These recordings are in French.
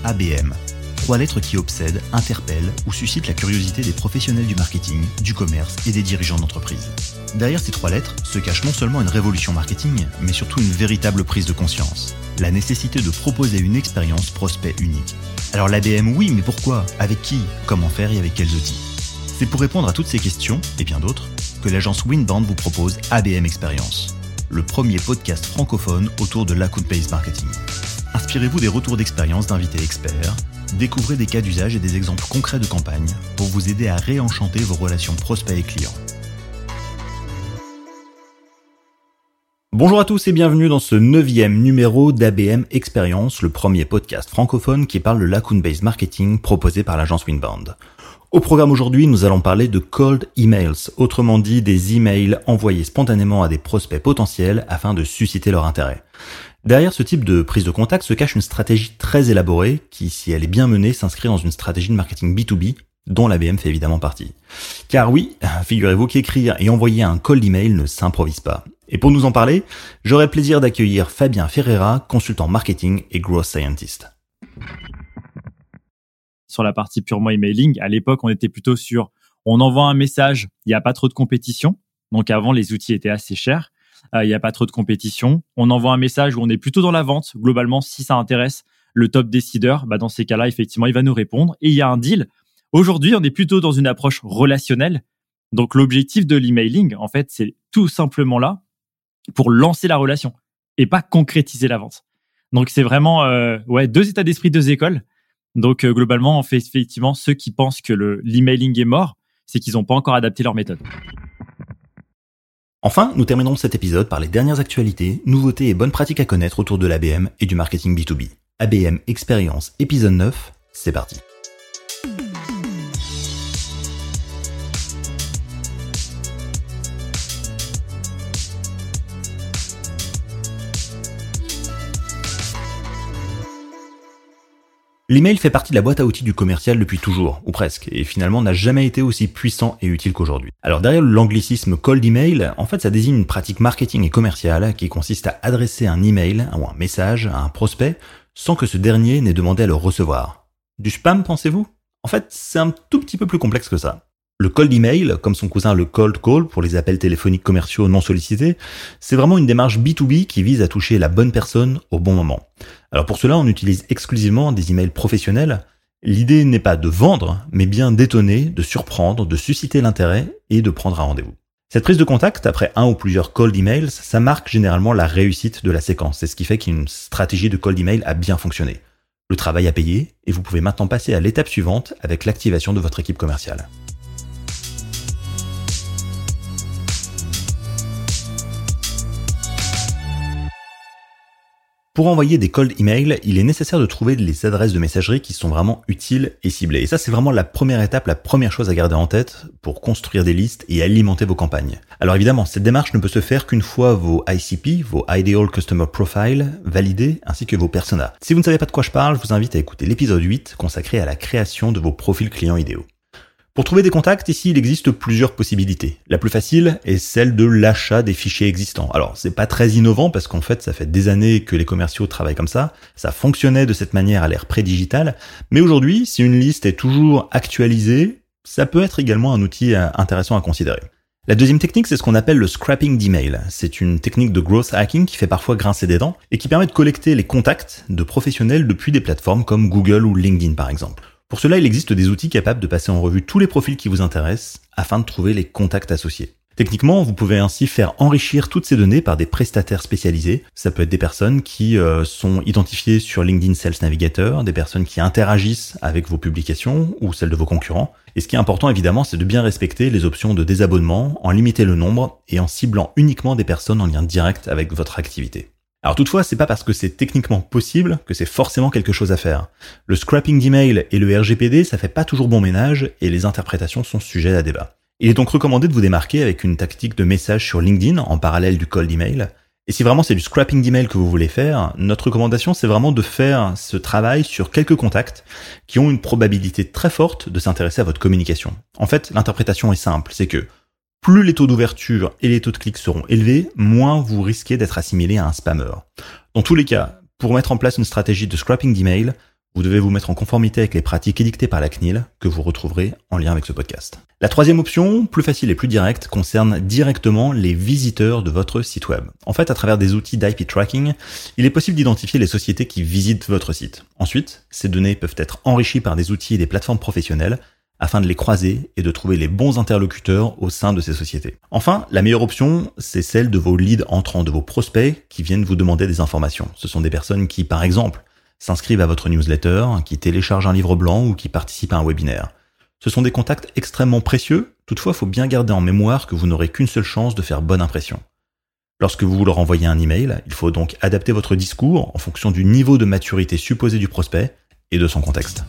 ABM. 3 lettres qui obsèdent, interpellent ou suscitent la curiosité des professionnels du marketing, du commerce et des dirigeants d'entreprise. Derrière ces 3 lettres se cache non seulement une révolution marketing, mais surtout une véritable prise de conscience. La nécessité de proposer une expérience prospect unique. Alors l'ABM, oui, mais pourquoi ? Avec qui ? Comment faire et avec quels outils ? C'est pour répondre à toutes ces questions, et bien d'autres, que l'agence Winband vous propose ABM Experience, le premier podcast francophone autour de l'account-based marketing. Inspirez-vous des retours d'expérience d'invités experts, découvrez des cas d'usage et des exemples concrets de campagne pour vous aider à réenchanter vos relations prospects et clients. Bonjour à tous et bienvenue dans ce 9e numéro d'ABM Experience, le premier podcast francophone qui parle de l'account-based marketing proposé par l'agence Winband. Au programme aujourd'hui, nous allons parler de cold emails, autrement dit des emails envoyés spontanément à des prospects potentiels afin de susciter leur intérêt. Derrière ce type de prise de contact se cache une stratégie très élaborée qui, si elle est bien menée, s'inscrit dans une stratégie de marketing B2B dont l'ABM fait évidemment partie. Car oui, figurez-vous qu'écrire et envoyer un cold email ne s'improvise pas. Et pour nous en parler, j'aurai le plaisir d'accueillir Fabien Ferreira, consultant marketing et growth scientist. Sur la partie purement emailing, à l'époque, on était plutôt sur on envoie un message, il n'y a pas trop de compétition. Donc avant, les outils étaient assez chers. Il n'y a pas trop de compétition. On envoie un message où on est plutôt dans la vente. Globalement, si ça intéresse le top décideur, dans ces cas-là, effectivement, il va nous répondre. Et il y a un deal. Aujourd'hui, on est plutôt dans une approche relationnelle. Donc l'objectif de l'emailing, en fait, c'est tout simplement là pour lancer la relation et pas concrétiser la vente. Donc c'est vraiment deux états d'esprit, 2 écoles. Donc globalement, on fait effectivement ceux qui pensent que l'emailing est mort, c'est qu'ils n'ont pas encore adapté leur méthode. Enfin, nous terminerons cet épisode par les dernières actualités, nouveautés et bonnes pratiques à connaître autour de l'ABM et du marketing B2B. ABM Experience épisode 9, c'est parti. L'email fait partie de la boîte à outils du commercial depuis toujours, ou presque, et finalement n'a jamais été aussi puissant et utile qu'aujourd'hui. Alors derrière l'anglicisme cold email, en fait ça désigne une pratique marketing et commerciale qui consiste à adresser un email ou un message à un prospect sans que ce dernier n'ait demandé à le recevoir. Du spam, pensez-vous ? En fait, c'est un tout petit peu plus complexe que ça. Le cold email, comme son cousin le cold call pour les appels téléphoniques commerciaux non sollicités, c'est vraiment une démarche B2B qui vise à toucher la bonne personne au bon moment. Alors pour cela, on utilise exclusivement des emails professionnels. L'idée n'est pas de vendre, mais bien d'étonner, de surprendre, de susciter l'intérêt et de prendre un rendez-vous. Cette prise de contact, après un ou plusieurs cold emails, ça marque généralement la réussite de la séquence. C'est ce qui fait qu'une stratégie de cold email a bien fonctionné. Le travail a payé et vous pouvez maintenant passer à l'étape suivante avec l'activation de votre équipe commerciale. Pour envoyer des cold emails, il est nécessaire de trouver les adresses de messagerie qui sont vraiment utiles et ciblées. Et ça, c'est vraiment la première étape, la première chose à garder en tête pour construire des listes et alimenter vos campagnes. Alors évidemment, cette démarche ne peut se faire qu'une fois vos ICP, vos Ideal Customer Profile, validés, ainsi que vos personas. Si vous ne savez pas de quoi je parle, je vous invite à écouter l'épisode 8 consacré à la création de vos profils clients idéaux. Pour trouver des contacts, ici, il existe plusieurs possibilités. La plus facile est celle de l'achat des fichiers existants. Alors, c'est pas très innovant parce qu'en fait, ça fait des années que les commerciaux travaillent comme ça. Ça fonctionnait de cette manière à l'ère pré-digitale. Mais aujourd'hui, si une liste est toujours actualisée, ça peut être également un outil intéressant à considérer. La deuxième technique, c'est ce qu'on appelle le scrapping d'email. C'est une technique de growth hacking qui fait parfois grincer des dents et qui permet de collecter les contacts de professionnels depuis des plateformes comme Google ou LinkedIn par exemple. Pour cela, il existe des outils capables de passer en revue tous les profils qui vous intéressent afin de trouver les contacts associés. Techniquement, vous pouvez ainsi faire enrichir toutes ces données par des prestataires spécialisés. Ça peut être des personnes qui sont identifiées sur LinkedIn Sales Navigator, des personnes qui interagissent avec vos publications ou celles de vos concurrents. Et ce qui est important évidemment, c'est de bien respecter les options de désabonnement, en limiter le nombre et en ciblant uniquement des personnes en lien direct avec votre activité. Alors toutefois, c'est pas parce que c'est techniquement possible que c'est forcément quelque chose à faire. Le scrapping d'email et le RGPD, ça fait pas toujours bon ménage et les interprétations sont sujets à débat. Il est donc recommandé de vous démarquer avec une tactique de message sur LinkedIn en parallèle du cold email. Et si vraiment c'est du scrapping d'email que vous voulez faire, notre recommandation c'est vraiment de faire ce travail sur quelques contacts qui ont une probabilité très forte de s'intéresser à votre communication. En fait, l'interprétation est simple, c'est que plus les taux d'ouverture et les taux de clics seront élevés, moins vous risquez d'être assimilé à un spammeur. Dans tous les cas, pour mettre en place une stratégie de scrapping d'email, Vous devez vous mettre en conformité avec les pratiques édictées par la CNIL, que vous retrouverez en lien avec ce podcast. La troisième option, plus facile et plus directe, concerne directement les visiteurs de votre site web. En fait, à travers des outils d'IP tracking, il est possible d'identifier les sociétés qui visitent votre site. Ensuite, ces données peuvent être enrichies par des outils et des plateformes professionnelles afin de les croiser et de trouver les bons interlocuteurs au sein de ces sociétés. Enfin, la meilleure option, c'est celle de vos leads entrants, de vos prospects qui viennent vous demander des informations. Ce sont des personnes qui, par exemple, s'inscrivent à votre newsletter, qui téléchargent un livre blanc ou qui participent à un webinaire. Ce sont des contacts extrêmement précieux, toutefois il faut bien garder en mémoire que vous n'aurez qu'une seule chance de faire bonne impression. Lorsque vous leur envoyez un email, il faut donc adapter votre discours en fonction du niveau de maturité supposé du prospect et de son contexte.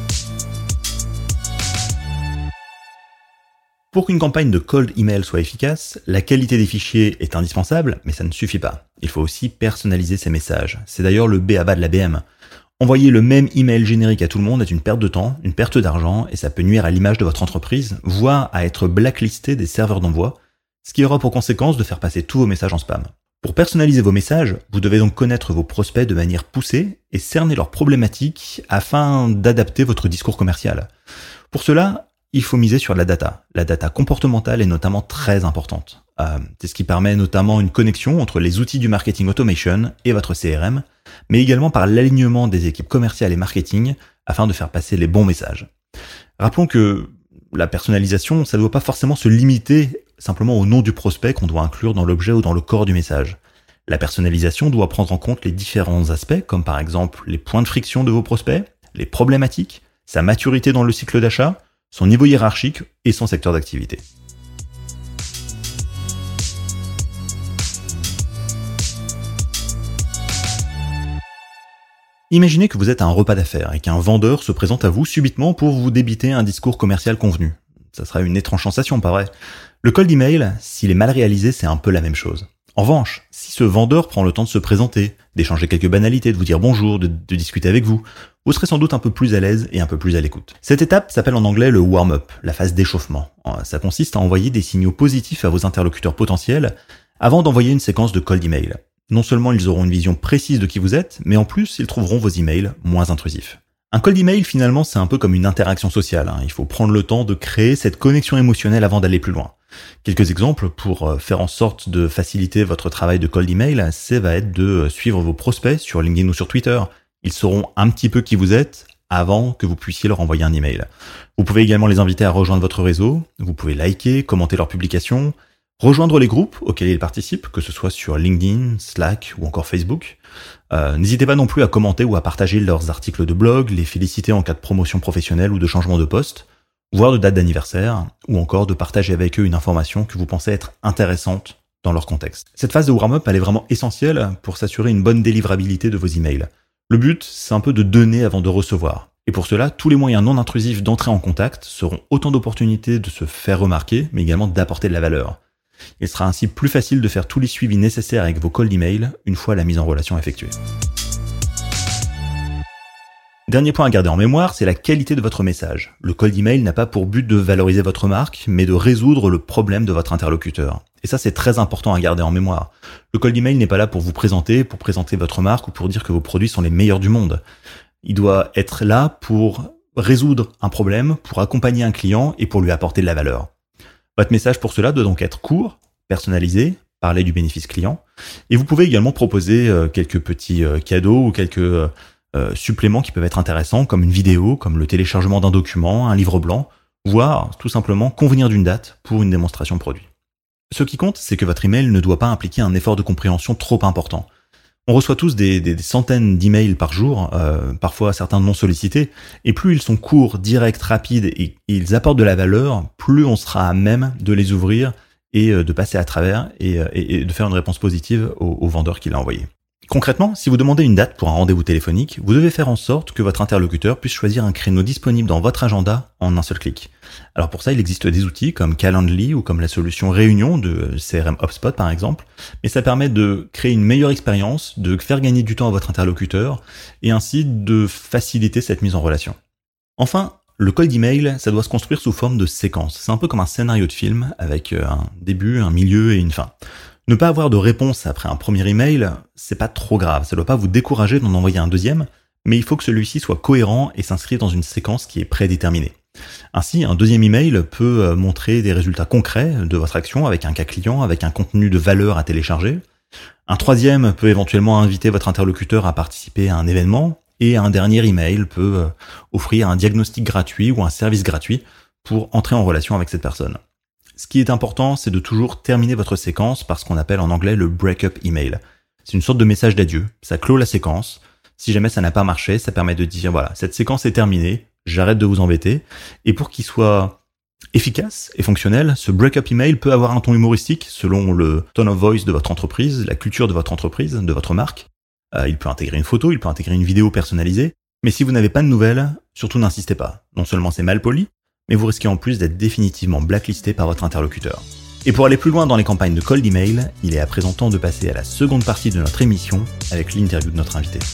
Pour qu'une campagne de cold email soit efficace, la qualité des fichiers est indispensable, mais ça ne suffit pas. Il faut aussi personnaliser ces messages. C'est d'ailleurs le b.a.-ba de l'ABM. Envoyer le même email générique à tout le monde est une perte de temps, une perte d'argent, et ça peut nuire à l'image de votre entreprise, voire à être blacklisté des serveurs d'envoi, ce qui aura pour conséquence de faire passer tous vos messages en spam. Pour personnaliser vos messages, vous devez donc connaître vos prospects de manière poussée et cerner leurs problématiques afin d'adapter votre discours commercial. Pour cela, il faut miser sur la data. La data comportementale est notamment très importante. C'est ce qui permet notamment une connexion entre les outils du marketing automation et votre CRM, mais également par l'alignement des équipes commerciales et marketing afin de faire passer les bons messages. Rappelons que la personnalisation, ça ne doit pas forcément se limiter simplement au nom du prospect qu'on doit inclure dans l'objet ou dans le corps du message. La personnalisation doit prendre en compte les différents aspects, comme par exemple les points de friction de vos prospects, les problématiques, sa maturité dans le cycle d'achat, son niveau hiérarchique et son secteur d'activité. Imaginez que vous êtes à un repas d'affaires et qu'un vendeur se présente à vous subitement pour vous débiter un discours commercial convenu. Ça sera une étrange sensation, pas vrai? Le cold email, s'il est mal réalisé, c'est un peu la même chose. En revanche, si ce vendeur prend le temps de se présenter, d'échanger quelques banalités, de vous dire bonjour, de discuter avec vous, vous serez sans doute un peu plus à l'aise et un peu plus à l'écoute. Cette étape s'appelle en anglais le warm-up, la phase d'échauffement. Ça consiste à envoyer des signaux positifs à vos interlocuteurs potentiels avant d'envoyer une séquence de cold email. Non seulement ils auront une vision précise de qui vous êtes, mais en plus ils trouveront vos emails moins intrusifs. Un cold email finalement c'est un peu comme une interaction sociale. Il faut prendre le temps de créer cette connexion émotionnelle avant d'aller plus loin. Quelques exemples pour faire en sorte de faciliter votre travail de cold email, ça va être de suivre vos prospects sur LinkedIn ou sur Twitter. Ils sauront un petit peu qui vous êtes avant que vous puissiez leur envoyer un email. Vous pouvez également les inviter à rejoindre votre réseau, vous pouvez liker, commenter leurs publications, rejoindre les groupes auxquels ils participent, que ce soit sur LinkedIn, Slack ou encore Facebook. N'hésitez pas non plus à commenter ou à partager leurs articles de blog, les féliciter en cas de promotion professionnelle ou de changement de poste, voire de date d'anniversaire, ou encore de partager avec eux une information que vous pensez être intéressante dans leur contexte. Cette phase de warm-up, elle est vraiment essentielle pour s'assurer une bonne délivrabilité de vos emails. Le but, c'est un peu de donner avant de recevoir. Et pour cela, tous les moyens non intrusifs d'entrer en contact seront autant d'opportunités de se faire remarquer, mais également d'apporter de la valeur. Il sera ainsi plus facile de faire tous les suivis nécessaires avec vos cold emails une fois la mise en relation effectuée. Dernier point à garder en mémoire, c'est la qualité de votre message. Le cold email n'a pas pour but de valoriser votre marque, mais de résoudre le problème de votre interlocuteur. Et ça, c'est très important à garder en mémoire. Le cold email n'est pas là pour vous présenter, pour présenter votre marque ou pour dire que vos produits sont les meilleurs du monde. Il doit être là pour résoudre un problème, pour accompagner un client et pour lui apporter de la valeur. Votre message pour cela doit donc être court, personnalisé, parler du bénéfice client. Et vous pouvez également proposer quelques petits cadeaux ou quelques suppléments qui peuvent être intéressants, comme une vidéo, comme le téléchargement d'un document, un livre blanc, voire tout simplement convenir d'une date pour une démonstration produit. Ce qui compte, c'est que votre email ne doit pas impliquer un effort de compréhension trop important. On reçoit tous des centaines d'emails par jour, parfois certains non sollicités, et plus ils sont courts, directs, rapides et ils apportent de la valeur, plus on sera à même de les ouvrir et de passer à travers et de faire une réponse positive au vendeur qui l'a envoyé. Concrètement, si vous demandez une date pour un rendez-vous téléphonique, vous devez faire en sorte que votre interlocuteur puisse choisir un créneau disponible dans votre agenda en un seul clic. Alors pour ça, il existe des outils comme Calendly ou comme la solution Réunion de CRM HubSpot par exemple, mais ça permet de créer une meilleure expérience, de faire gagner du temps à votre interlocuteur et ainsi de faciliter cette mise en relation. Enfin, le cold email, ça doit se construire sous forme de séquence. C'est un peu comme un scénario de film avec un début, un milieu et une fin. Ne pas avoir de réponse après un premier email, c'est pas trop grave, ça doit pas vous décourager d'en envoyer un deuxième. mais il faut que celui-ci soit cohérent et s'inscrive dans une séquence qui est prédéterminée. Ainsi, un deuxième email peut montrer des résultats concrets de votre action avec un cas client, avec un contenu de valeur à télécharger. Un troisième peut éventuellement inviter votre interlocuteur à participer à un événement. Et un dernier email peut offrir un diagnostic gratuit ou un service gratuit pour entrer en relation avec cette personne. Ce qui est important, c'est de toujours terminer votre séquence par ce qu'on appelle en anglais le break-up email. C'est une sorte de message d'adieu. Ça clôt la séquence. Si jamais ça n'a pas marché, ça permet de dire voilà, cette séquence est terminée, j'arrête de vous embêter. Et pour qu'il soit efficace et fonctionnel, ce break-up email peut avoir un ton humoristique selon le tone of voice de votre entreprise, la culture de votre entreprise, de votre marque. Il peut intégrer une photo, il peut intégrer une vidéo personnalisée. Mais si vous n'avez pas de nouvelles, surtout n'insistez pas. Non seulement c'est mal poli, mais vous risquez en plus d'être définitivement blacklisté par votre interlocuteur. Et pour aller plus loin dans les campagnes de cold email, il est à présent temps de passer à la seconde partie de notre émission avec l'interview de notre invité.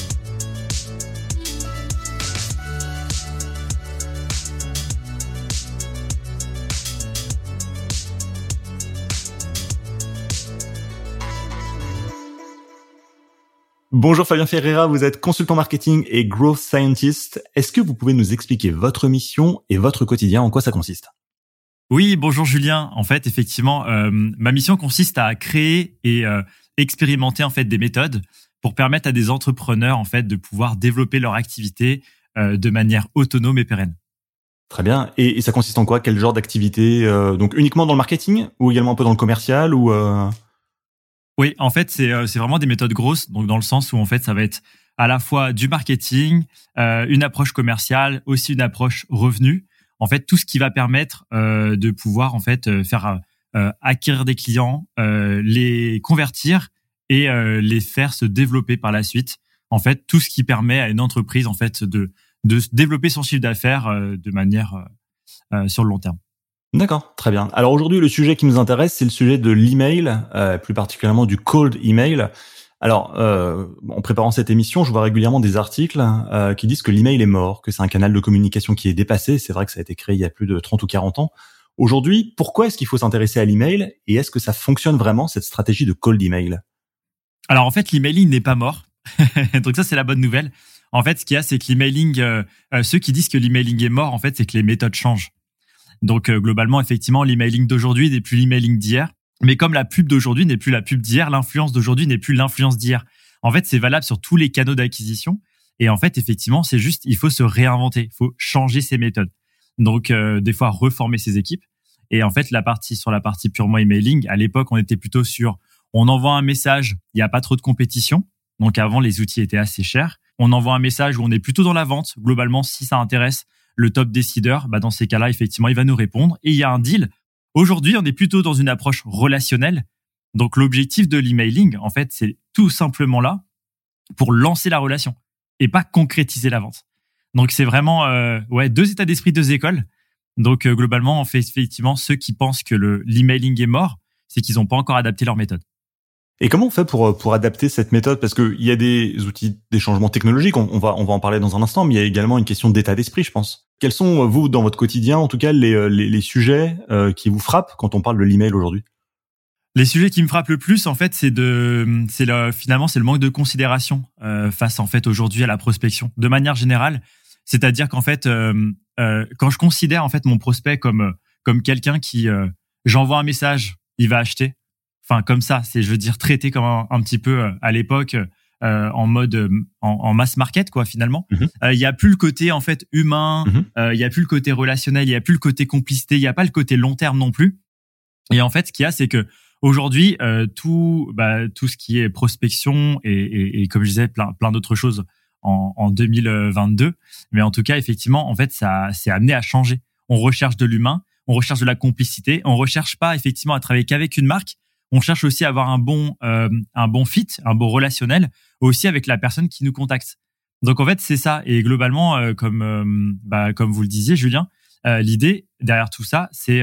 Bonjour Fabien Ferreira, vous êtes consultant marketing et growth scientist. Est-ce que vous pouvez nous expliquer votre mission et votre quotidien, en quoi ça consiste ? Oui, bonjour Julien. En fait, effectivement, ma mission consiste à créer et expérimenter en fait des méthodes pour permettre à des entrepreneurs en fait de pouvoir développer leur activité de manière autonome et pérenne. Très bien. Et ça consiste en quoi ? Quel genre d'activité ? Donc uniquement dans le marketing ou également un peu dans le commercial ou Oui, en fait, c'est vraiment des méthodes grosses, donc dans le sens où en fait, ça va être à la fois du marketing, une approche commerciale, aussi une approche revenu. En fait, tout ce qui va permettre de pouvoir en fait faire acquérir des clients, les convertir et les faire se développer par la suite. En fait, tout ce qui permet à une entreprise en fait de développer son chiffre d'affaires de manière sur le long terme. D'accord, très bien. Alors aujourd'hui, le sujet qui nous intéresse, c'est le sujet de l'email, plus particulièrement du cold email. Alors, en préparant cette émission, je vois régulièrement des articles qui disent que l'email est mort, que c'est un canal de communication qui est dépassé. C'est vrai que ça a été créé il y a plus de 30 ou 40 ans. Aujourd'hui, pourquoi est-ce qu'il faut s'intéresser à l'email et est-ce que ça fonctionne vraiment, cette stratégie de cold email ? Alors en fait, l'emailing n'est pas mort. Donc ça, c'est la bonne nouvelle. En fait, ce qu'il y a, c'est que l'emailing, ceux qui disent que l'emailing est mort, en fait, c'est que les méthodes changent. Donc globalement, effectivement, l'emailing d'aujourd'hui n'est plus l'emailing d'hier. Mais comme la pub d'aujourd'hui n'est plus la pub d'hier, l'influence d'aujourd'hui n'est plus l'influence d'hier. En fait, c'est valable sur tous les canaux d'acquisition. Et en fait, effectivement, c'est juste, il faut se réinventer, il faut changer ses méthodes. Donc des fois, reformer ses équipes. Et en fait, sur la partie purement emailing, à l'époque, on était plutôt sur, on envoie un message, il n'y a pas trop de compétition. Donc avant, les outils étaient assez chers. On envoie un message où on est plutôt dans la vente. Globalement, si ça intéresse le top décideur, dans ces cas-là, effectivement, il va nous répondre et il y a un deal. Aujourd'hui, on est plutôt dans une approche relationnelle. Donc, l'objectif de l'emailing, en fait, c'est tout simplement là pour lancer la relation et pas concrétiser la vente. Donc, c'est vraiment deux états d'esprit, deux écoles. Donc, globalement, on fait effectivement ceux qui pensent que l'emailing est mort, c'est qu'ils n'ont pas encore adapté leur méthode. Et comment on fait pour adapter cette méthode ? Parce que il y a des outils, des changements technologiques, on va en parler dans un instant, mais il y a également une question d'état d'esprit, je pense. Quels sont, vous, dans votre quotidien, en tout cas, les sujets qui vous frappent quand on parle de l'email aujourd'hui ? Les sujets qui me frappent le plus, en fait, finalement, c'est le manque de considération face, en fait, aujourd'hui à la prospection. De manière générale, c'est-à-dire qu'en fait, quand je considère en fait mon prospect comme quelqu'un qui, j'envoie un message, il va acheter. Enfin, comme ça, je veux dire, traité comme un petit peu à l'époque en mode en mass market, quoi, finalement. Il y a plus le côté en fait humain, il y a plus le côté relationnel, il y a plus le côté complicité, il y a pas le côté long terme non plus. Et en fait, ce qu'il y a, c'est que aujourd'hui, tout ce qui est prospection et comme je disais, plein d'autres choses en 2022. Mais en tout cas, effectivement, en fait, ça s'est amené à changer. On recherche de l'humain, on recherche de la complicité, on recherche pas effectivement à travailler qu'avec une marque. On cherche aussi à avoir un bon fit, un bon relationnel, aussi avec la personne qui nous contacte. Donc en fait, c'est ça. Et globalement, comme vous le disiez, Julien, l'idée derrière tout ça, c'est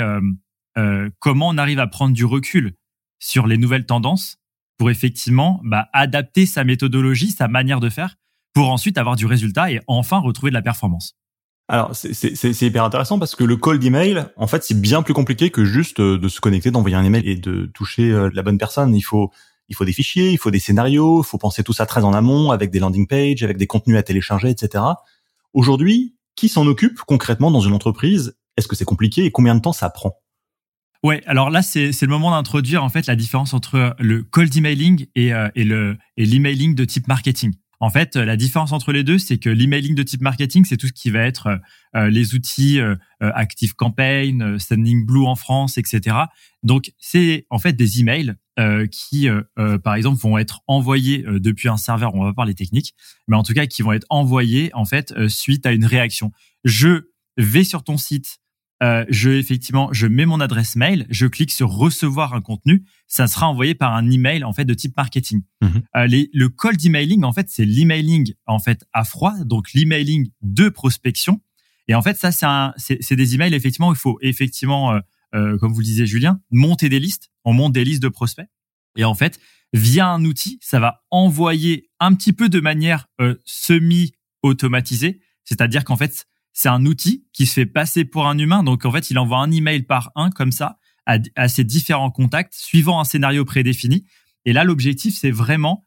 comment on arrive à prendre du recul sur les nouvelles tendances pour effectivement adapter sa méthodologie, sa manière de faire, pour ensuite avoir du résultat et enfin retrouver de la performance. Alors, c'est hyper intéressant parce que le cold email, en fait, c'est bien plus compliqué que juste de se connecter, d'envoyer un email et de toucher la bonne personne. Il faut Il faut des fichiers, il faut des scénarios, il faut penser tout ça très en amont avec des landing pages, avec des contenus à télécharger, etc. Aujourd'hui, qui s'en occupe concrètement dans une entreprise? Est-ce que c'est compliqué et combien de temps ça prend? Ouais, alors là c'est le moment d'introduire en fait la différence entre le cold emailing et l'emailing de type marketing. En fait, la différence entre les deux, c'est que l'emailing de type marketing, c'est tout ce qui va être les outils ActiveCampaign, Sendinblue en France, etc. Donc c'est en fait des emails qui par exemple vont être envoyés depuis un serveur, on va parler technique, mais en tout cas qui vont être envoyés en fait suite à une réaction. Je vais sur ton site, je mets mon adresse mail, je clique sur recevoir un contenu, ça sera envoyé par un email en fait de type marketing. Le cold emailing en fait c'est l'emailing en fait à froid, donc l'emailing de prospection. Et en fait ça c'est des emails effectivement où il faut effectivement comme vous le disiez Julien, monter des listes, on monte des listes de prospects et en fait via un outil, ça va envoyer un petit peu de manière semi-automatisée, c'est-à-dire qu'en fait c'est un outil qui se fait passer pour un humain. Donc, en fait, il envoie un email par un, comme ça, à ses différents contacts, suivant un scénario prédéfini. Et là, l'objectif, c'est vraiment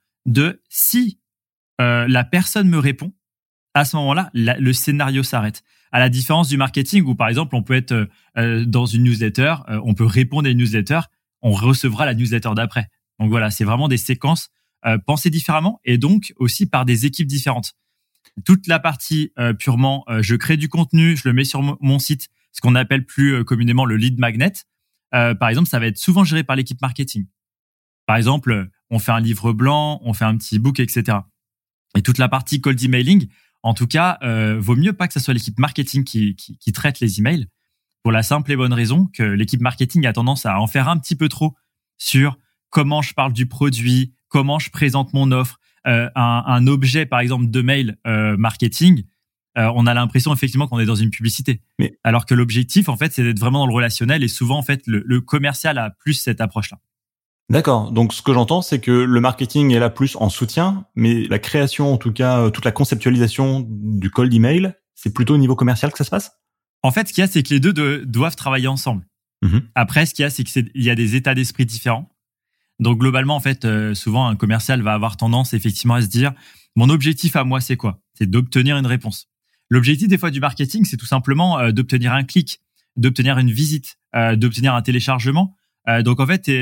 si la personne me répond, à ce moment-là, le scénario s'arrête. À la différence du marketing, où par exemple, on peut être dans une newsletter, on peut répondre à une newsletter, on recevra la newsletter d'après. Donc voilà, c'est vraiment des séquences pensées différemment et donc aussi par des équipes différentes. Toute la partie purement, je crée du contenu, je le mets sur mon site, ce qu'on appelle plus communément le lead magnet. Par exemple, ça va être souvent géré par l'équipe marketing. Par exemple, on fait un livre blanc, on fait un petit book, etc. Et toute la partie cold emailing, en tout cas, vaut mieux pas que ce soit l'équipe marketing qui traite les emails, pour la simple et bonne raison que l'équipe marketing a tendance à en faire un petit peu trop sur comment je parle du produit, comment je présente mon offre. Un objet, par exemple, de mail marketing, on a l'impression effectivement qu'on est dans une publicité. Mais alors que l'objectif, en fait, c'est d'être vraiment dans le relationnel et souvent, en fait, le commercial a plus cette approche-là. D'accord. Donc, ce que j'entends, c'est que le marketing est là plus en soutien, mais la création, en tout cas, toute la conceptualisation du cold email, c'est plutôt au niveau commercial que ça se passe? En fait, ce qu'il y a, c'est que les deux doivent travailler ensemble. Après, ce qu'il y a, c'est qu'il y a des états d'esprit différents. Donc globalement, en fait, souvent un commercial va avoir tendance effectivement à se dire mon objectif à moi, c'est quoi? C'est d'obtenir une réponse. L'objectif des fois du marketing, c'est tout simplement d'obtenir un clic, d'obtenir une visite, d'obtenir un téléchargement. Donc en fait,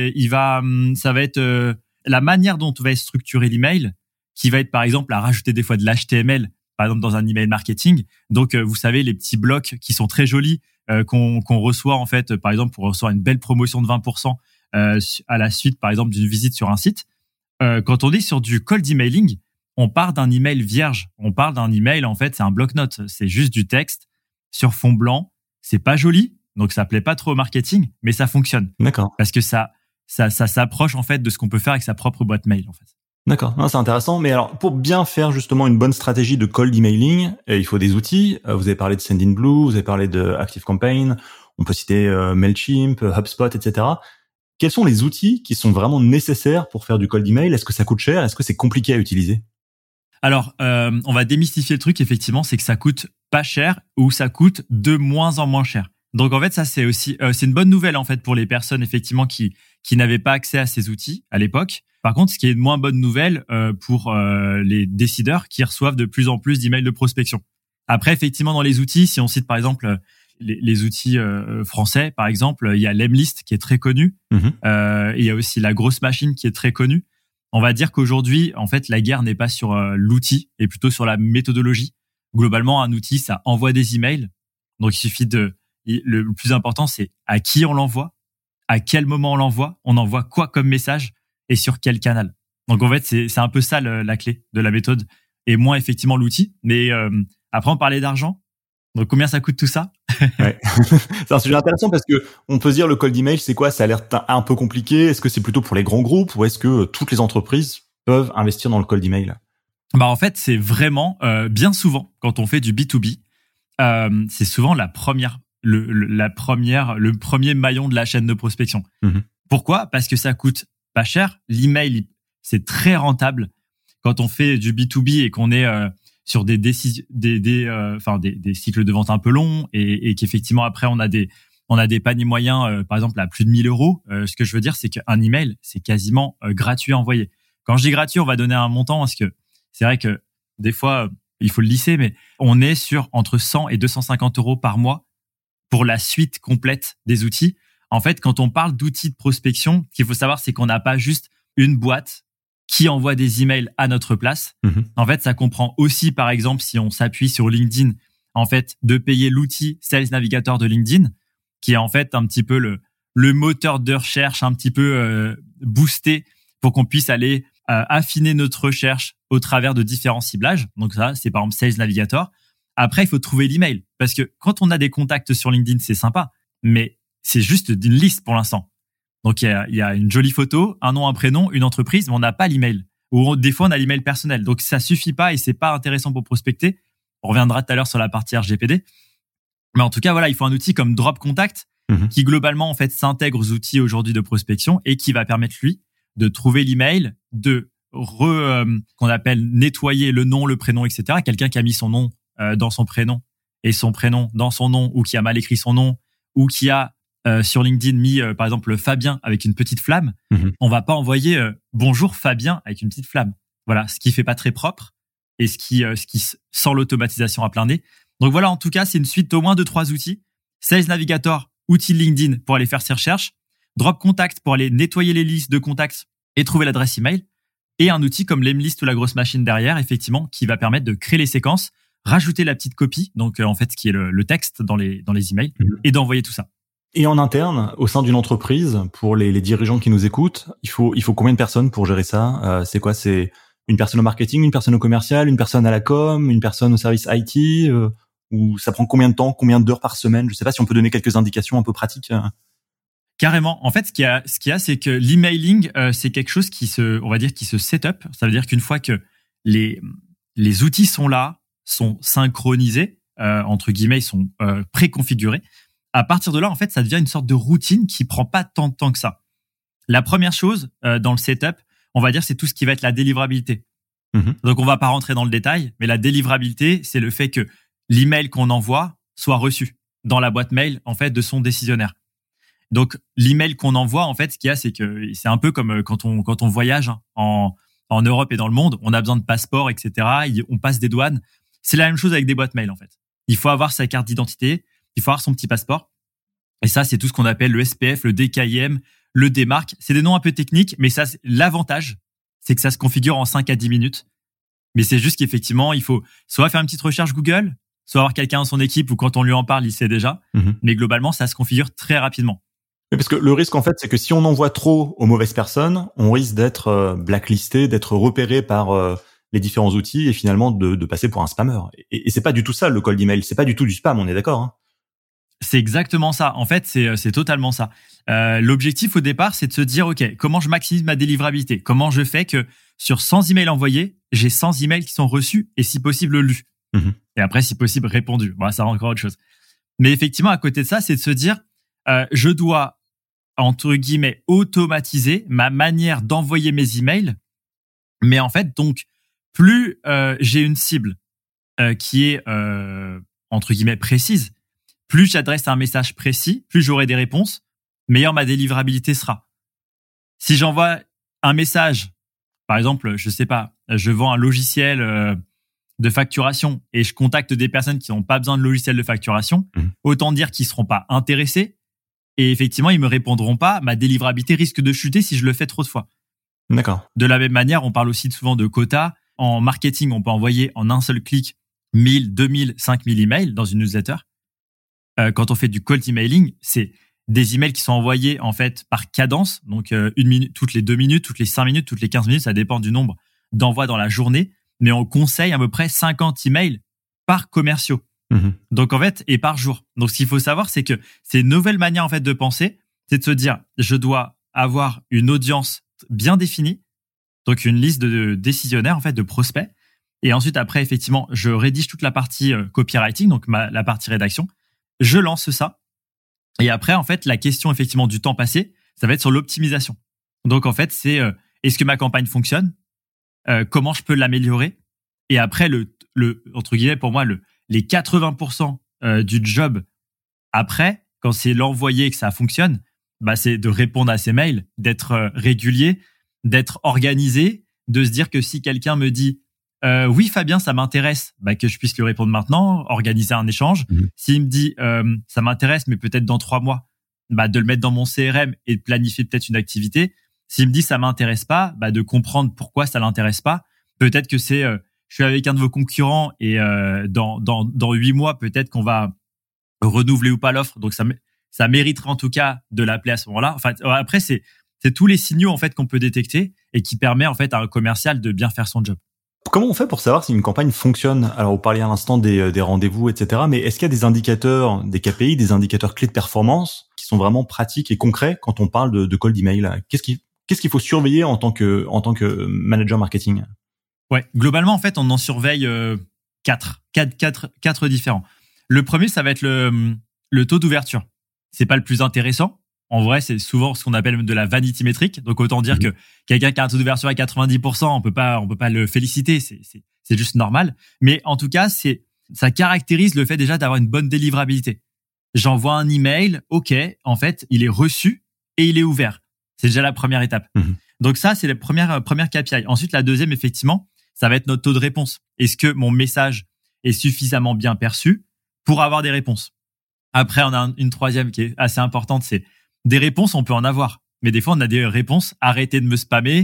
ça va être la manière dont on va structurer l'email, qui va être par exemple à rajouter des fois de l'HTML, par exemple dans un email marketing. Donc vous savez les petits blocs qui sont très jolis qu'on reçoit en fait, par exemple pour recevoir une belle promotion de 20%. À la suite, par exemple, d'une visite sur un site. Quand on est sur du cold emailing, on part d'un email vierge. On parle d'un email, en fait, c'est un bloc-notes. C'est juste du texte sur fond blanc. C'est pas joli, donc ça plaît pas trop au marketing, mais ça fonctionne. D'accord. Parce que ça s'approche, en fait, de ce qu'on peut faire avec sa propre boîte mail, en fait. D'accord. Non, c'est intéressant. Mais alors, pour bien faire justement une bonne stratégie de cold emailing, il faut des outils. Vous avez parlé de Sendinblue, vous avez parlé de ActiveCampaign. On peut citer Mailchimp, HubSpot, etc. Quels sont les outils qui sont vraiment nécessaires pour faire du cold email? Est-ce que ça coûte cher? Est-ce que c'est compliqué à utiliser? Alors, on va démystifier le truc, effectivement, c'est que ça coûte pas cher ou ça coûte de moins en moins cher. Donc, en fait, ça, c'est aussi, c'est une bonne nouvelle, en fait, pour les personnes, effectivement, qui n'avaient pas accès à ces outils à l'époque. Par contre, ce qui est une moins bonne nouvelle pour les décideurs qui reçoivent de plus en plus d'emails de prospection. Après, effectivement, dans les outils, si on cite, par exemple, les outils français, par exemple, il y a Lemlist qui est très connu. Il y a aussi la grosse machine qui est très connue. On va dire qu'aujourd'hui, en fait, la guerre n'est pas sur l'outil, et plutôt sur la méthodologie. Globalement, un outil, ça envoie des emails. Donc, il suffit le plus important, c'est à qui on l'envoie, à quel moment on envoie quoi comme message et sur quel canal. Donc, en fait, c'est un peu ça la clé de la méthode et moins effectivement l'outil. Mais après, on parlait d'argent. Donc, combien ça coûte tout ça? Ouais. C'est un sujet intéressant parce que on peut se dire le cold email, c'est quoi? Ça a l'air un peu compliqué. Est-ce que c'est plutôt pour les grands groupes ou est-ce que toutes les entreprises peuvent investir dans le cold email? Bah en fait, c'est vraiment bien souvent quand on fait du B2B, c'est souvent le premier maillon de la chaîne de prospection. Pourquoi? Parce que ça coûte pas cher. L'email, c'est très rentable quand on fait du B2B et qu'on est sur des cycles de vente un peu longs et qu'effectivement après on a on a des paniers moyens, par exemple, à plus de 1 000 euros. Ce que je veux dire, c'est qu'un email, c'est quasiment gratuit à envoyer. Quand je dis gratuit, on va donner un montant parce que c'est vrai que des fois, il faut le lisser, mais on est sur entre 100 et 250 euros par mois pour la suite complète des outils. En fait, quand on parle d'outils de prospection, ce qu'il faut savoir, c'est qu'on n'a pas juste une boîte qui envoie des emails à notre place. En fait, ça comprend aussi, par exemple, si on s'appuie sur LinkedIn, en fait, de payer l'outil Sales Navigator de LinkedIn, qui est en fait un petit peu le moteur de recherche un petit peu boosté pour qu'on puisse aller affiner notre recherche au travers de différents ciblages. Donc ça, c'est par exemple Sales Navigator. Après, il faut trouver l'email parce que quand on a des contacts sur LinkedIn, c'est sympa, mais c'est juste une liste pour l'instant. Donc il y a une jolie photo, un nom, un prénom, une entreprise, mais on n'a pas l'email. Ou des fois, on a l'email personnel. Donc ça suffit pas et c'est pas intéressant pour prospecter. On reviendra tout à l'heure sur la partie RGPD. Mais en tout cas, voilà, il faut un outil comme Drop Contact qui globalement en fait s'intègre aux outils aujourd'hui de prospection et qui va permettre lui de trouver l'email, de qu'on appelle nettoyer le nom, le prénom, etc. Quelqu'un qui a mis son nom dans son prénom et son prénom dans son nom, ou qui a mal écrit son nom, ou qui a sur LinkedIn mis par exemple Fabien avec une petite flamme, on va pas envoyer bonjour Fabien avec une petite flamme. Voilà, ce qui fait pas très propre et ce qui sent l'automatisation à plein nez. Donc voilà, en tout cas, c'est une suite d'au moins 2-3 outils. Sales Navigator, outil LinkedIn pour aller faire ses recherches. Drop Contact pour aller nettoyer les listes de contacts et trouver l'adresse email. Et un outil comme Lemlist ou la grosse machine derrière, effectivement, qui va permettre de créer les séquences, rajouter la petite copie, donc en fait, ce qui est le texte dans les emails, et d'envoyer tout ça. Et en interne, au sein d'une entreprise, pour les dirigeants qui nous écoutent, il faut combien de personnes pour gérer ça? C'est quoi? C'est une personne au marketing, une personne au commercial, une personne à la com, une personne au service IT, ou ça prend combien de temps, combien d'heures par semaine? Je sais pas si on peut donner quelques indications un peu pratiques. Carrément. En fait, ce qu'il y a, c'est que l'emailing, c'est quelque chose qui se set up. Ça veut dire qu'une fois que les outils sont là, sont synchronisés, entre guillemets, ils sont préconfigurés. À partir de là, en fait, ça devient une sorte de routine qui prend pas tant de temps que ça. La première chose dans le setup, on va dire, c'est tout ce qui va être la délivrabilité. Donc, on va pas rentrer dans le détail, mais la délivrabilité, c'est le fait que l'email qu'on envoie soit reçu dans la boîte mail, en fait, de son décisionnaire. Donc, l'email qu'on envoie, en fait, ce qu'il y a, c'est que c'est un peu comme quand on voyage en Europe et dans le monde, on a besoin de passeport, etc. On passe des douanes. C'est la même chose avec des boîtes mail, en fait. Il faut avoir sa carte d'identité, il faut avoir son petit passeport. Et ça, c'est tout ce qu'on appelle le SPF, le DKIM, le DMARC. C'est des noms un peu techniques, mais ça, l'avantage, c'est que ça se configure en 5 à 10 minutes. Mais c'est juste qu'effectivement, il faut soit faire une petite recherche Google, soit avoir quelqu'un dans son équipe où quand on lui en parle, il sait déjà. Mais globalement, ça se configure très rapidement. Oui, parce que le risque, en fait, c'est que si on envoie trop aux mauvaises personnes, on risque d'être blacklisté, d'être repéré par les différents outils et finalement de passer pour un spammeur. Et c'est pas du tout ça, le cold email. C'est pas du tout du spam, on est d'accord, hein? C'est exactement ça. En fait, c'est totalement ça. L'objectif au départ, c'est de se dire, OK, comment je maximise ma délivrabilité? Comment je fais que sur 100 emails envoyés, j'ai 100 emails qui sont reçus et si possible lus. Et après, si possible, répondus. Bon, ça va encore autre chose. Mais effectivement, à côté de ça, c'est de se dire, je dois, entre guillemets, automatiser ma manière d'envoyer mes emails. Mais en fait, donc, plus j'ai une cible qui est, entre guillemets, précise, plus j'adresse un message précis, plus j'aurai des réponses, meilleure ma délivrabilité sera. Si j'envoie un message, par exemple, je sais pas, je vends un logiciel de facturation et je contacte des personnes qui n'ont pas besoin de logiciel de facturation, autant dire qu'ils seront pas intéressés et effectivement, ils me répondront pas. Ma délivrabilité risque de chuter si je le fais trop de fois. D'accord. De la même manière, on parle aussi souvent de quotas. En marketing, on peut envoyer en un seul clic 1000, 2000, 5000 emails dans une newsletter. Quand on fait du cold emailing, c'est des emails qui sont envoyés en fait par cadence, donc une minute, toutes les 2 minutes, toutes les 5 minutes, toutes les 15 minutes, ça dépend du nombre d'envois dans la journée, mais on conseille à peu près 50 emails par commerciaux. Donc en fait, et par jour. Donc ce qu'il faut savoir, c'est que c'est une nouvelle manière en fait de penser, c'est de se dire, je dois avoir une audience bien définie, donc une liste de décisionnaires en fait, de prospects, et ensuite après effectivement, je rédige toute la partie copywriting, donc la partie rédaction. Je lance ça. Et après, en fait, la question, effectivement, du temps passé, ça va être sur l'optimisation. Donc, en fait, c'est est-ce que ma campagne fonctionne? Comment je peux l'améliorer? Et après, entre guillemets, pour moi, les 80% du job après, quand c'est l'envoyer et que ça fonctionne, c'est de répondre à ces mails, d'être régulier, d'être organisé, de se dire que si quelqu'un me dit oui Fabien, ça m'intéresse, que je puisse lui répondre maintenant, organiser un échange. S'il me dit ça m'intéresse mais peut-être dans 3 mois, de le mettre dans mon CRM et de planifier peut-être une activité. S'il me dit ça m'intéresse pas, de comprendre pourquoi ça l'intéresse pas. Peut-être que c'est je suis avec un de vos concurrents et dans 8 mois peut-être qu'on va renouveler ou pas l'offre. Donc ça mériterait en tout cas de l'appeler à ce moment-là. Enfin après c'est tous les signaux en fait qu'on peut détecter et qui permet en fait à un commercial de bien faire son job. Comment on fait pour savoir si une campagne fonctionne? Alors, vous parliez à l'instant des rendez-vous, etc. Mais est-ce qu'il y a des indicateurs, des KPI, des indicateurs clés de performance qui sont vraiment pratiques et concrets quand on parle de call d'email? Qu'est-ce qu'il faut surveiller en tant que manager marketing? Ouais, globalement, en fait, on en surveille quatre différents. Le premier, ça va être le taux d'ouverture. C'est pas le plus intéressant. En vrai, c'est souvent ce qu'on appelle de la vanity métrique. Donc, autant dire que quelqu'un qui a un taux d'ouverture à 90%, on peut pas le féliciter. C'est juste normal. Mais en tout cas, ça caractérise le fait déjà d'avoir une bonne délivrabilité. J'envoie un email. OK. En fait, il est reçu et il est ouvert. C'est déjà la première étape. Donc ça, c'est la première KPI. Ensuite, la deuxième, effectivement, ça va être notre taux de réponse. Est-ce que mon message est suffisamment bien perçu pour avoir des réponses? Après, on a une troisième qui est assez importante, c'est des réponses, on peut en avoir. Mais des fois, on a des réponses, arrêtez de me spammer,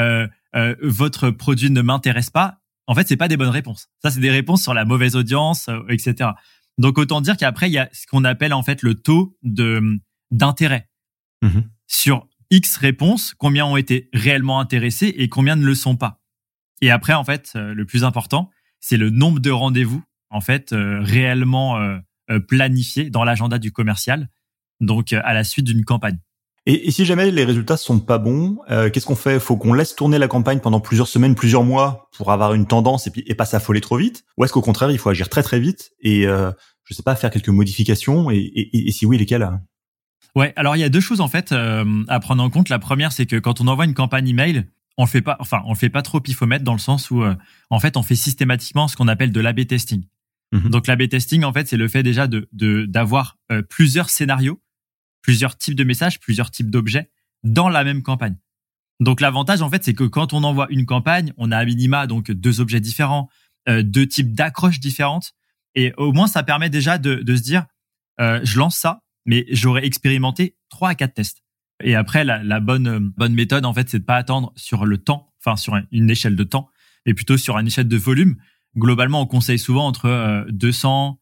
votre produit ne m'intéresse pas. En fait, c'est pas des bonnes réponses. Ça, c'est des réponses sur la mauvaise audience, etc. Donc, autant dire qu'après, il y a ce qu'on appelle en fait le taux d'intérêt. Sur X réponses, combien ont été réellement intéressés et combien ne le sont pas. Et après, en fait, le plus important, c'est le nombre de rendez-vous, en fait, réellement planifiés dans l'agenda du commercial. Donc, à la suite d'une campagne. Et si jamais les résultats sont pas bons, qu'est-ce qu'on fait? Faut qu'on laisse tourner la campagne pendant plusieurs semaines, plusieurs mois pour avoir une tendance et pas s'affoler trop vite? Ou est-ce qu'au contraire, il faut agir très très vite et je sais pas, faire quelques modifications et si oui, lesquelles? Ouais, alors il y a deux choses en fait à prendre en compte. La première, c'est que quand on envoie une campagne email, on le fait pas trop pifomètre dans le sens où en fait on fait systématiquement ce qu'on appelle de l'A/B testing. Donc l'A/B testing, en fait, c'est le fait déjà d'avoir plusieurs scénarios, plusieurs types de messages, plusieurs types d'objets dans la même campagne. Donc l'avantage, en fait, c'est que quand on envoie une campagne, on a à minima donc 2 objets différents, 2 types d'accroches différentes, et au moins ça permet déjà de se dire, je lance ça, mais j'aurais expérimenté 3 à 4 tests. Et après, la bonne méthode, en fait, c'est de pas attendre sur le temps, enfin sur une échelle de temps, mais plutôt sur une échelle de volume. Globalement, on conseille souvent entre 200,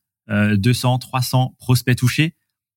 300 prospects touchés.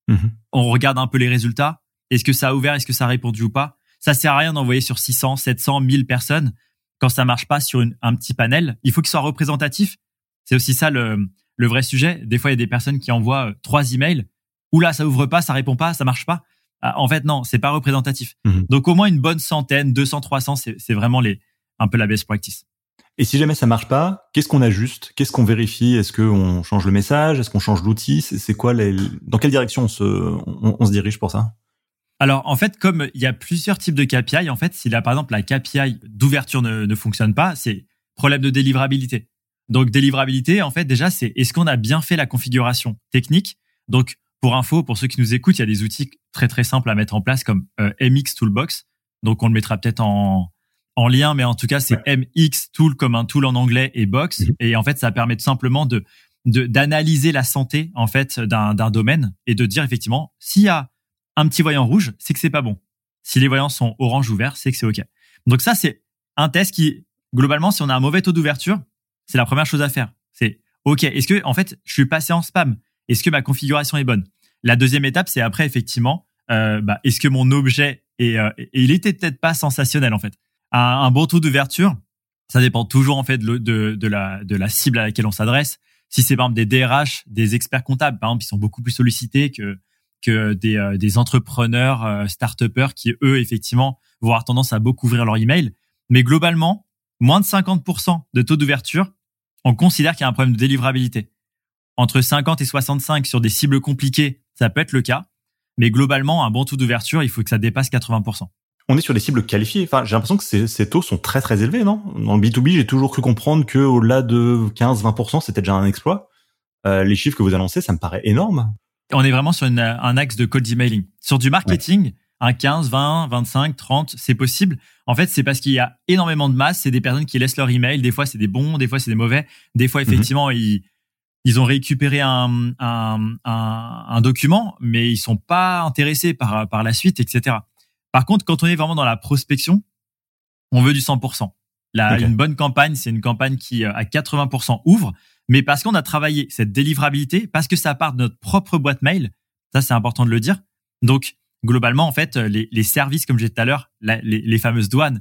On regarde un peu les résultats. Est-ce que ça a ouvert? Est-ce que ça a répondu ou pas? Ça sert à rien d'envoyer sur 600, 700, 1000 personnes quand ça marche pas sur un petit panel. Il faut qu'il soit représentatif. C'est aussi ça le vrai sujet. Des fois, il y a des personnes qui envoient 3 emails. Oula, ça ouvre pas, ça répond pas, ça marche pas. En fait, non, c'est pas représentatif. Donc, au moins une bonne centaine, 200, 300, c'est vraiment un peu la best practice. Et si jamais ça marche pas, qu'est-ce qu'on ajuste? Qu'est-ce qu'on vérifie? Est-ce qu'on change le message? Est-ce qu'on change l'outil? C'est quoi dans quelle direction on se dirige pour ça? Alors, en fait, comme il y a plusieurs types de KPI, en fait, si là, par exemple, la KPI d'ouverture ne fonctionne pas, c'est problème de délivrabilité. Donc, délivrabilité, en fait, déjà, c'est est-ce qu'on a bien fait la configuration technique? Donc, pour info, pour ceux qui nous écoutent, il y a des outils très, très simples à mettre en place comme MX Toolbox. Donc, on le mettra peut-être en lien, mais en tout cas, c'est MX Tool comme un tool en anglais et Box. Et en fait, ça permet tout simplement d'analyser la santé, en fait, d'un domaine et de dire effectivement, s'il y a un petit voyant rouge, c'est que c'est pas bon. Si les voyants sont orange ou vert, c'est que c'est OK. Donc ça, c'est un test qui, globalement, si on a un mauvais taux d'ouverture, c'est la première chose à faire. C'est OK, est-ce que, en fait, je suis passé en spam? Est-ce que ma configuration est bonne? La deuxième étape, c'est après, effectivement, est-ce que mon objet il était peut-être pas sensationnel, en fait. Un bon taux d'ouverture, ça dépend toujours en fait de la cible à laquelle on s'adresse. Si c'est par exemple des DRH, des experts comptables, par exemple, ils sont beaucoup plus sollicités que des entrepreneurs, start-upers qui eux effectivement vont avoir tendance à beaucoup ouvrir leur email. Mais globalement, moins de 50% de taux d'ouverture, on considère qu'il y a un problème de délivrabilité. Entre 50 et 65 sur des cibles compliquées, ça peut être le cas. Mais globalement, un bon taux d'ouverture, il faut que ça dépasse 80%. On est sur des cibles qualifiées. Enfin, j'ai l'impression que ces taux sont très très élevés, non? Dans le B2B, j'ai toujours cru comprendre que au-delà de 15-20%, c'était déjà un exploit. Les chiffres que vous annoncez, ça me paraît énorme. On est vraiment sur un axe de cold emailing. Sur du marketing, un 15, 20, 25, 30, c'est possible. En fait, c'est parce qu'il y a énormément de masse. C'est des personnes qui laissent leur email. Des fois, c'est des bons, des fois, c'est des mauvais. Des fois, effectivement, ils ont récupéré un document, mais ils sont pas intéressés par la suite, etc. Par contre, quand on est vraiment dans la prospection, on veut du 100%. Une bonne campagne, c'est une campagne qui, à 80%, ouvre, mais parce qu'on a travaillé cette délivrabilité, parce que ça part de notre propre boîte mail. Ça, c'est important de le dire. Donc, globalement, en fait, les services, comme j'ai dit tout à l'heure, les fameuses douanes,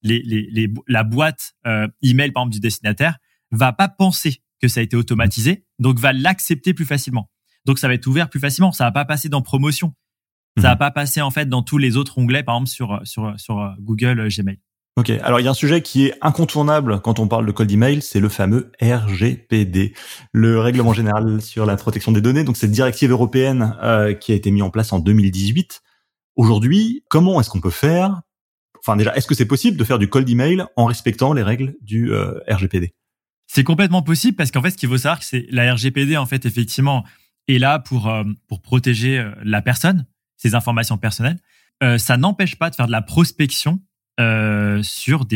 la boîte email, par exemple, du destinataire, va pas penser que ça a été automatisé, donc va l'accepter plus facilement. Donc, ça va être ouvert plus facilement. Ça va pas passer dans promotion. Ça va pas passer, en fait, dans tous les autres onglets, par exemple, sur Google Gmail. Ok. Alors, il y a un sujet qui est incontournable quand on parle de cold email, c'est le fameux RGPD, le Règlement général sur la protection des données. Donc, cette directive européenne qui a été mise en place en 2018. Aujourd'hui, comment est-ce qu'on peut faire? Enfin, déjà, est-ce que c'est possible de faire du cold email en respectant les règles du RGPD? C'est complètement possible parce qu'en fait, ce qu'il faut savoir, c'est la RGPD, en fait, effectivement, est là pour protéger la personne, ses informations personnelles. Ça n'empêche pas de faire de la prospection sur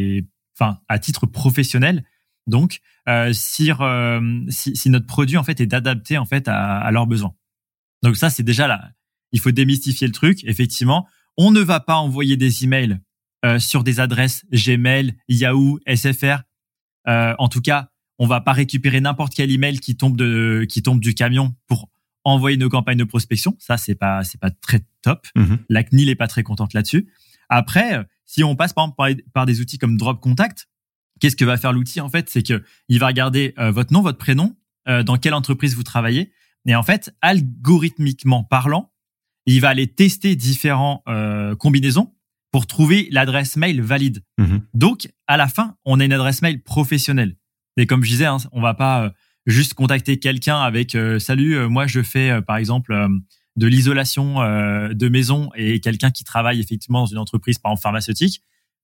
à titre professionnel. Donc, si notre produit en fait est adapté en fait à leurs besoins. Donc ça, c'est déjà là. Il faut démystifier le truc. Effectivement, on ne va pas envoyer des emails sur des adresses Gmail, Yahoo, SFR. En tout cas, on va pas récupérer n'importe quel email qui tombe du camion pour envoyer nos campagnes de prospection. Ça, c'est pas très top. La CNIL est pas très contente là-dessus. Après, si on passe par exemple par des outils comme Drop Contact, qu'est-ce que va faire l'outil en fait? C'est que il va regarder votre nom, votre prénom, dans quelle entreprise vous travaillez, et en fait, algorithmiquement parlant, il va aller tester différents combinaisons pour trouver l'adresse mail valide. Donc, à la fin, on a une adresse mail professionnelle. Et comme je disais, hein, on va pas juste contacter quelqu'un avec salut, moi je fais par exemple de l'isolation de maison et quelqu'un qui travaille effectivement dans une entreprise par exemple pharmaceutique.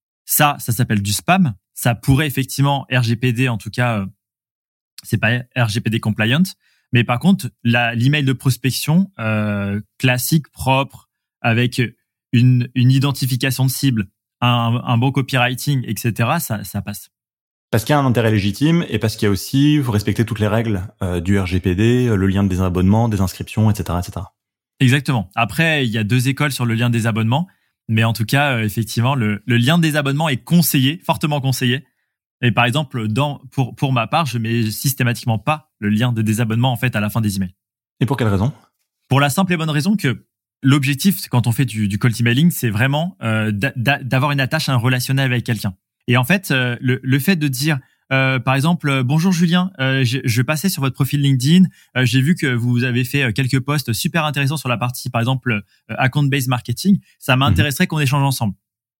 Ça s'appelle du spam. Ça pourrait effectivement RGPD, en tout cas, c'est pas RGPD compliant. Mais par contre, l'email de prospection classique, propre, avec une identification de cible, un bon copywriting, etc., ça passe. Parce qu'il y a un intérêt légitime et parce qu'il y a aussi, vous respectez toutes les règles du RGPD, le lien de désabonnement, des inscriptions, etc., etc. Exactement. Après, il y a 2 écoles sur le lien de désabonnement, mais en tout cas, effectivement, le lien de désabonnement est conseillé, fortement conseillé. Et par exemple, pour ma part, je mets systématiquement pas le lien de désabonnement en fait à la fin des emails. Et pour quelle raison? Pour la simple et bonne raison que l'objectif, quand on fait du cold emailing, c'est vraiment d'avoir une attache, un relationnel avec quelqu'un. Et en fait, le fait de dire, par exemple, bonjour Julien, je passais sur votre profil LinkedIn, j'ai vu que vous avez fait quelques posts super intéressants sur la partie, par exemple, account-based marketing. Ça m'intéresserait qu'on échange ensemble.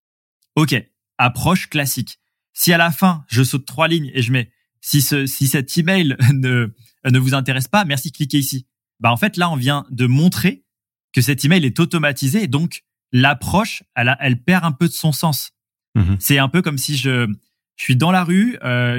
Ok, approche classique. Si à la fin, je saute 3 lignes et je mets si cet email ne vous intéresse pas, merci, cliquez ici. Bah en fait là, on vient de montrer que cet email est automatisé, donc l'approche, elle perd un peu de son sens. C'est un peu comme si je suis dans la rue,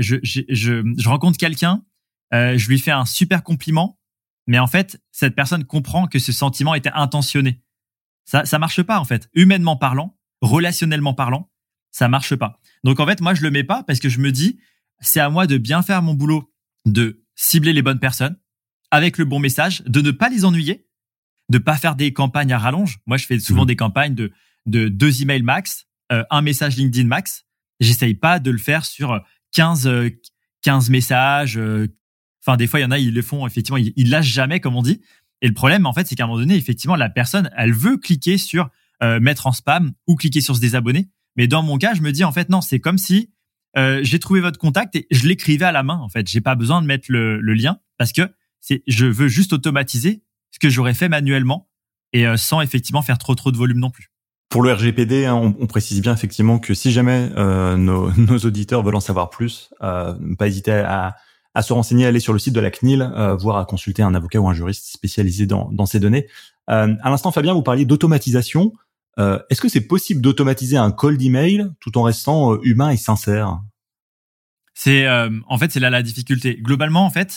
je rencontre quelqu'un, je lui fais un super compliment, mais en fait cette personne comprend que ce sentiment était intentionné. Ça marche pas en fait, humainement parlant, relationnellement parlant, ça marche pas. Donc en fait, moi je le mets pas parce que je me dis c'est à moi de bien faire mon boulot, de cibler les bonnes personnes avec le bon message, de ne pas les ennuyer, de pas faire des campagnes à rallonge. Moi je fais souvent des campagnes de 2 emails max, un message LinkedIn max. J'essaye pas de le faire sur 15 messages. Enfin des fois il y en a ils le font effectivement, ils lâchent jamais comme on dit. Et le problème en fait c'est qu'à un moment donné effectivement la personne elle veut cliquer sur mettre en spam ou cliquer sur se désabonner. Mais dans mon cas, je me dis en fait non, c'est comme si j'ai trouvé votre contact et je l'écrivais à la main. En fait, j'ai pas besoin de mettre le lien parce que je veux juste automatiser ce que j'aurais fait manuellement et sans effectivement faire trop de volume non plus. Pour le RGPD, hein, on précise bien effectivement que si jamais nos auditeurs veulent en savoir plus, ne pas hésiter à se renseigner, à aller sur le site de la CNIL, voire à consulter un avocat ou un juriste spécialisé dans ces données. À l'instant, Fabien, vous parliez d'automatisation. Est-ce que c'est possible d'automatiser un cold email tout en restant humain et sincère? En fait, c'est là la difficulté. Globalement, en fait,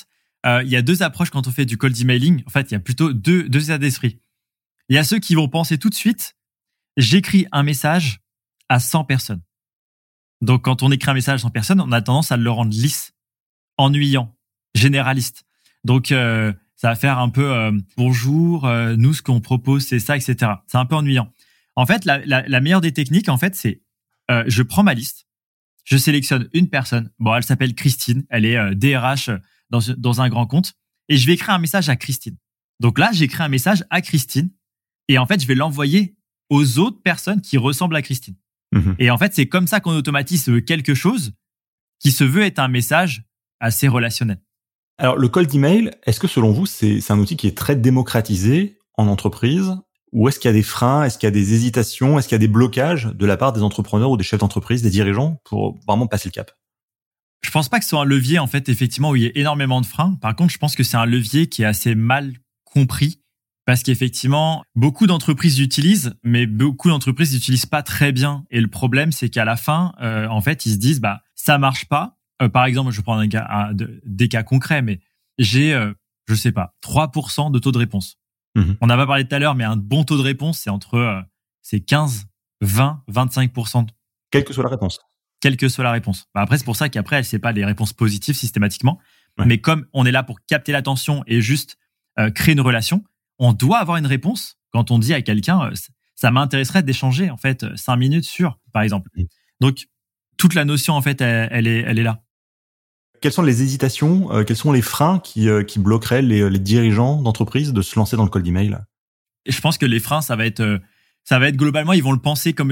il y a deux approches quand on fait du cold emailing. En fait, il y a plutôt deux états d'esprit. Il y a ceux qui vont penser tout de suite, j'écris un message à 100 personnes. Donc, quand on écrit un message à 100 personnes, on a tendance à le rendre lisse, ennuyant, généraliste. Donc, ça va faire un peu bonjour, nous, ce qu'on propose, c'est ça, etc. C'est un peu ennuyant. En fait, la meilleure des techniques, en fait, c'est je prends ma liste, je sélectionne une personne. Bon, elle s'appelle Christine, elle est DRH dans un grand compte, et je vais écrire un message à Christine. Donc là, j'écris un message à Christine, et en fait, je vais l'envoyer aux autres personnes qui ressemblent à Christine. Et en fait, c'est comme ça qu'on automatise quelque chose qui se veut être un message assez relationnel. Alors, le cold email, est-ce que selon vous, c'est un outil qui est très démocratisé en entreprise? Ou est-ce qu'il y a des freins? Est-ce qu'il y a des hésitations? Est-ce qu'il y a des blocages de la part des entrepreneurs ou des chefs d'entreprise, des dirigeants pour vraiment passer le cap? Je pense pas que ce soit un levier, en fait, effectivement, où il y ait énormément de freins. Par contre, je pense que c'est un levier qui est assez mal compris. Parce qu'effectivement, beaucoup d'entreprises l'utilisent, mais beaucoup d'entreprises l'utilisent pas très bien. Et le problème, c'est qu'à la fin, en fait, ils se disent, ça marche pas. Par exemple, je vais prendre des cas concrets, mais j'ai, je sais pas, 3% de taux de réponse. On n'a pas parlé tout à l'heure, mais un bon taux de réponse, c'est c'est 15, 20, 25%. Quelle que soit la réponse. Quelle que soit la réponse. Après, c'est pour ça qu'après, c'est pas les réponses positives systématiquement. Ouais. Mais comme on est là pour capter l'attention et juste créer une relation, on doit avoir une réponse quand on dit à quelqu'un ça m'intéresserait d'échanger en fait 5 minutes sur, par exemple. Donc toute la notion en fait elle est là. Quelles sont les hésitations, quels sont les freins qui bloqueraient les dirigeants d'entreprise de se lancer dans le cold email? Et je pense que les freins ça va être globalement, ils vont le penser comme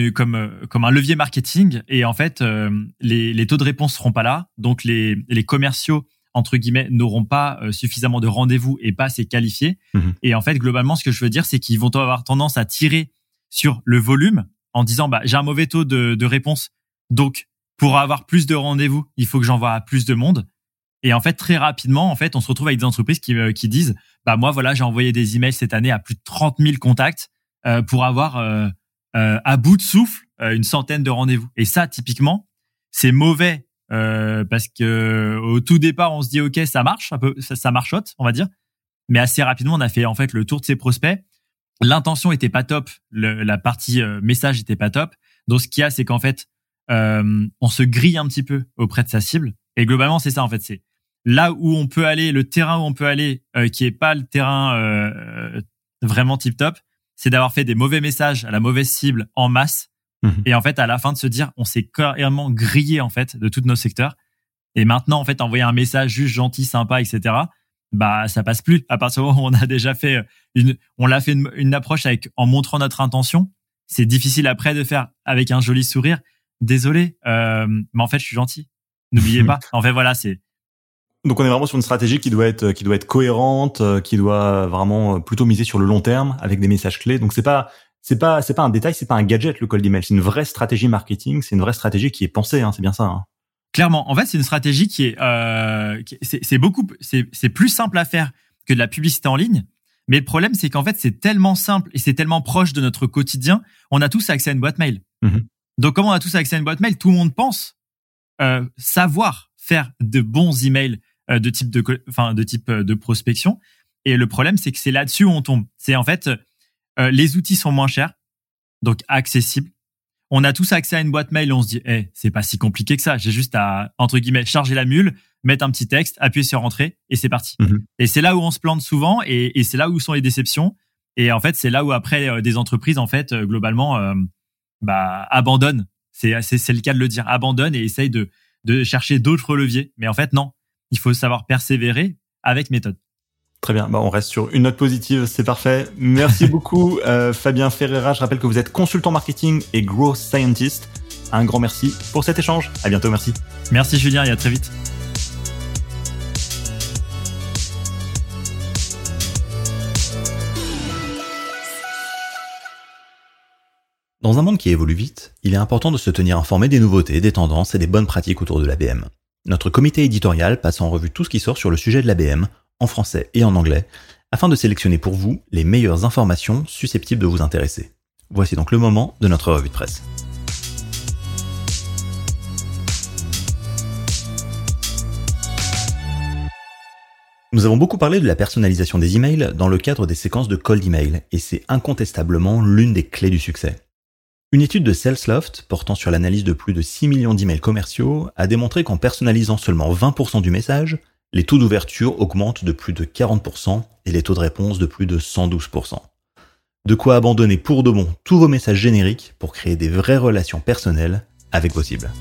un levier marketing, et en fait les taux de réponse seront pas là, donc les commerciaux entre guillemets n'auront pas suffisamment de rendez-vous et pas assez qualifiés. Et en fait, globalement, ce que je veux dire, c'est qu'ils vont avoir tendance à tirer sur le volume en disant j'ai un mauvais taux de réponse, donc pour avoir plus de rendez-vous, il faut que j'envoie à plus de monde. Et en fait, très rapidement, en fait, on se retrouve avec des entreprises qui disent moi voilà, j'ai envoyé des emails cette année à plus de 30 000 contacts pour avoir à bout de souffle une centaine de rendez-vous. Et ça, typiquement, c'est mauvais. Parce que au tout départ, on se dit ok, ça marche, un peu, ça marchote, on va dire. Mais assez rapidement, on a fait en fait le tour de ses prospects. L'intention était pas top, la partie message était pas top. Donc ce qu'il y a, c'est qu'en fait, on se grille un petit peu auprès de sa cible. Et globalement, c'est ça en fait, c'est là où on peut aller, le terrain où on peut aller, qui est pas le terrain vraiment tip top, c'est d'avoir fait des mauvais messages à la mauvaise cible en masse. Et en fait, à la fin de se dire, on s'est carrément grillé en fait de tous nos secteurs. Et maintenant, en fait, envoyer un message juste gentil, sympa, etc. Ça passe plus. À partir du moment où on a déjà fait une approche en montrant notre intention, c'est difficile après de faire avec un joli sourire. Désolé, mais en fait, je suis gentil. N'oubliez pas. En fait, voilà, c'est. Donc, on est vraiment sur une stratégie qui doit être cohérente, qui doit vraiment plutôt miser sur le long terme avec des messages clés. Donc, c'est pas un détail, c'est pas un gadget, le cold email. C'est une vraie stratégie marketing, c'est une vraie stratégie qui est pensée, c'est bien ça. Clairement. En fait, c'est une stratégie qui est, c'est plus simple à faire que de la publicité en ligne. Mais le problème, c'est qu'en fait, c'est tellement simple et c'est tellement proche de notre quotidien. On a tous accès à une boîte mail. Donc, comme on a tous accès à une boîte mail, tout le monde pense, savoir faire de bons emails, de type de prospection. Et le problème, c'est que c'est là-dessus où on tombe. C'est en fait, les outils sont moins chers, donc accessibles. On a tous accès à une boîte mail, on se dit, c'est pas si compliqué que ça. J'ai juste à, entre guillemets, charger la mule, mettre un petit texte, appuyer sur entrée et c'est parti. Et c'est là où on se plante souvent et c'est là où sont les déceptions. Et en fait, c'est là où après des entreprises, en fait, globalement, abandonnent. C'est le cas de le dire, abandonnent et essayent de chercher d'autres leviers. Mais en fait, non. Il faut savoir persévérer avec méthode. Très bien, on reste sur une note positive, c'est parfait. Merci beaucoup Fabien Ferreira, je rappelle que vous êtes consultant marketing et growth scientist. Un grand merci pour cet échange, à bientôt, merci. Merci Julien et à très vite. Dans un monde qui évolue vite, il est important de se tenir informé des nouveautés, des tendances et des bonnes pratiques autour de l'ABM. Notre comité éditorial passe en revue tout ce qui sort sur le sujet de l'ABM, en français et en anglais, afin de sélectionner pour vous les meilleures informations susceptibles de vous intéresser. Voici donc le moment de notre revue de presse. Nous avons beaucoup parlé de la personnalisation des emails dans le cadre des séquences de cold email, et c'est incontestablement l'une des clés du succès. Une étude de Salesloft, portant sur l'analyse de plus de 6 millions d'emails commerciaux, a démontré qu'en personnalisant seulement 20% du message, les taux d'ouverture augmentent de plus de 40% et les taux de réponse de plus de 112%. De quoi abandonner pour de bon tous vos messages génériques pour créer des vraies relations personnelles avec vos cibles.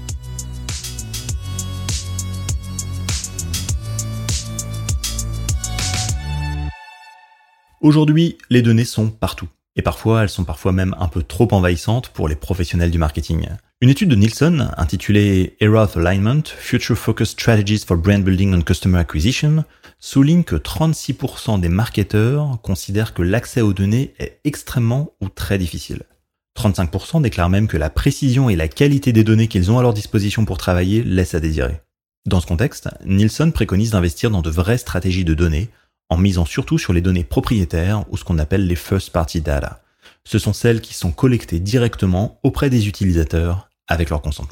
Aujourd'hui, les données sont partout. Et parfois, elles sont même un peu trop envahissantes pour les professionnels du marketing. Une étude de Nielsen, intitulée Era of Alignment, Future Focused Strategies for Brand Building and Customer Acquisition, souligne que 36% des marketeurs considèrent que l'accès aux données est extrêmement ou très difficile. 35% déclarent même que la précision et la qualité des données qu'ils ont à leur disposition pour travailler laissent à désirer. Dans ce contexte, Nielsen préconise d'investir dans de vraies stratégies de données, en misant surtout sur les données propriétaires ou ce qu'on appelle les first party data. Ce sont celles qui sont collectées directement auprès des utilisateurs avec leur consentement.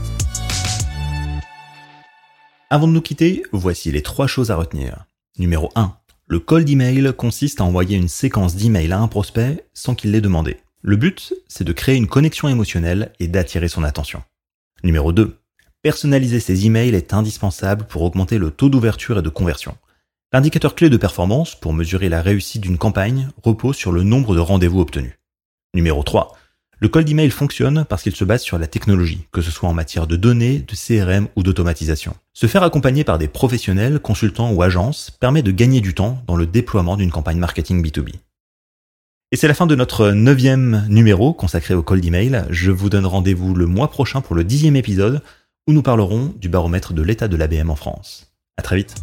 Avant de nous quitter, voici les 3 choses à retenir. Numéro 1. Le cold email consiste à envoyer une séquence d'emails à un prospect sans qu'il l'ait demandé. Le but, c'est de créer une connexion émotionnelle et d'attirer son attention. Numéro 2. Personnaliser ces emails est indispensable pour augmenter le taux d'ouverture et de conversion. L'indicateur clé de performance pour mesurer la réussite d'une campagne repose sur le nombre de rendez-vous obtenus. Numéro 3. Le cold email fonctionne parce qu'il se base sur la technologie, que ce soit en matière de données, de CRM ou d'automatisation. Se faire accompagner par des professionnels, consultants ou agences permet de gagner du temps dans le déploiement d'une campagne marketing B2B. Et c'est la fin de notre 9e numéro consacré au cold email. Je vous donne rendez-vous le mois prochain pour le 10e épisode où nous parlerons du baromètre de l'état de l'ABM en France. À très vite.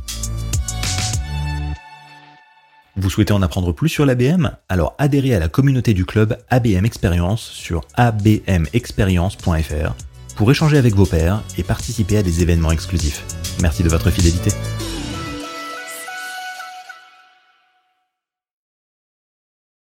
Vous souhaitez en apprendre plus sur l'ABM? Alors adhérez à la communauté du club ABM Experience sur abmexperience.fr pour échanger avec vos pairs et participer à des événements exclusifs. Merci de votre fidélité.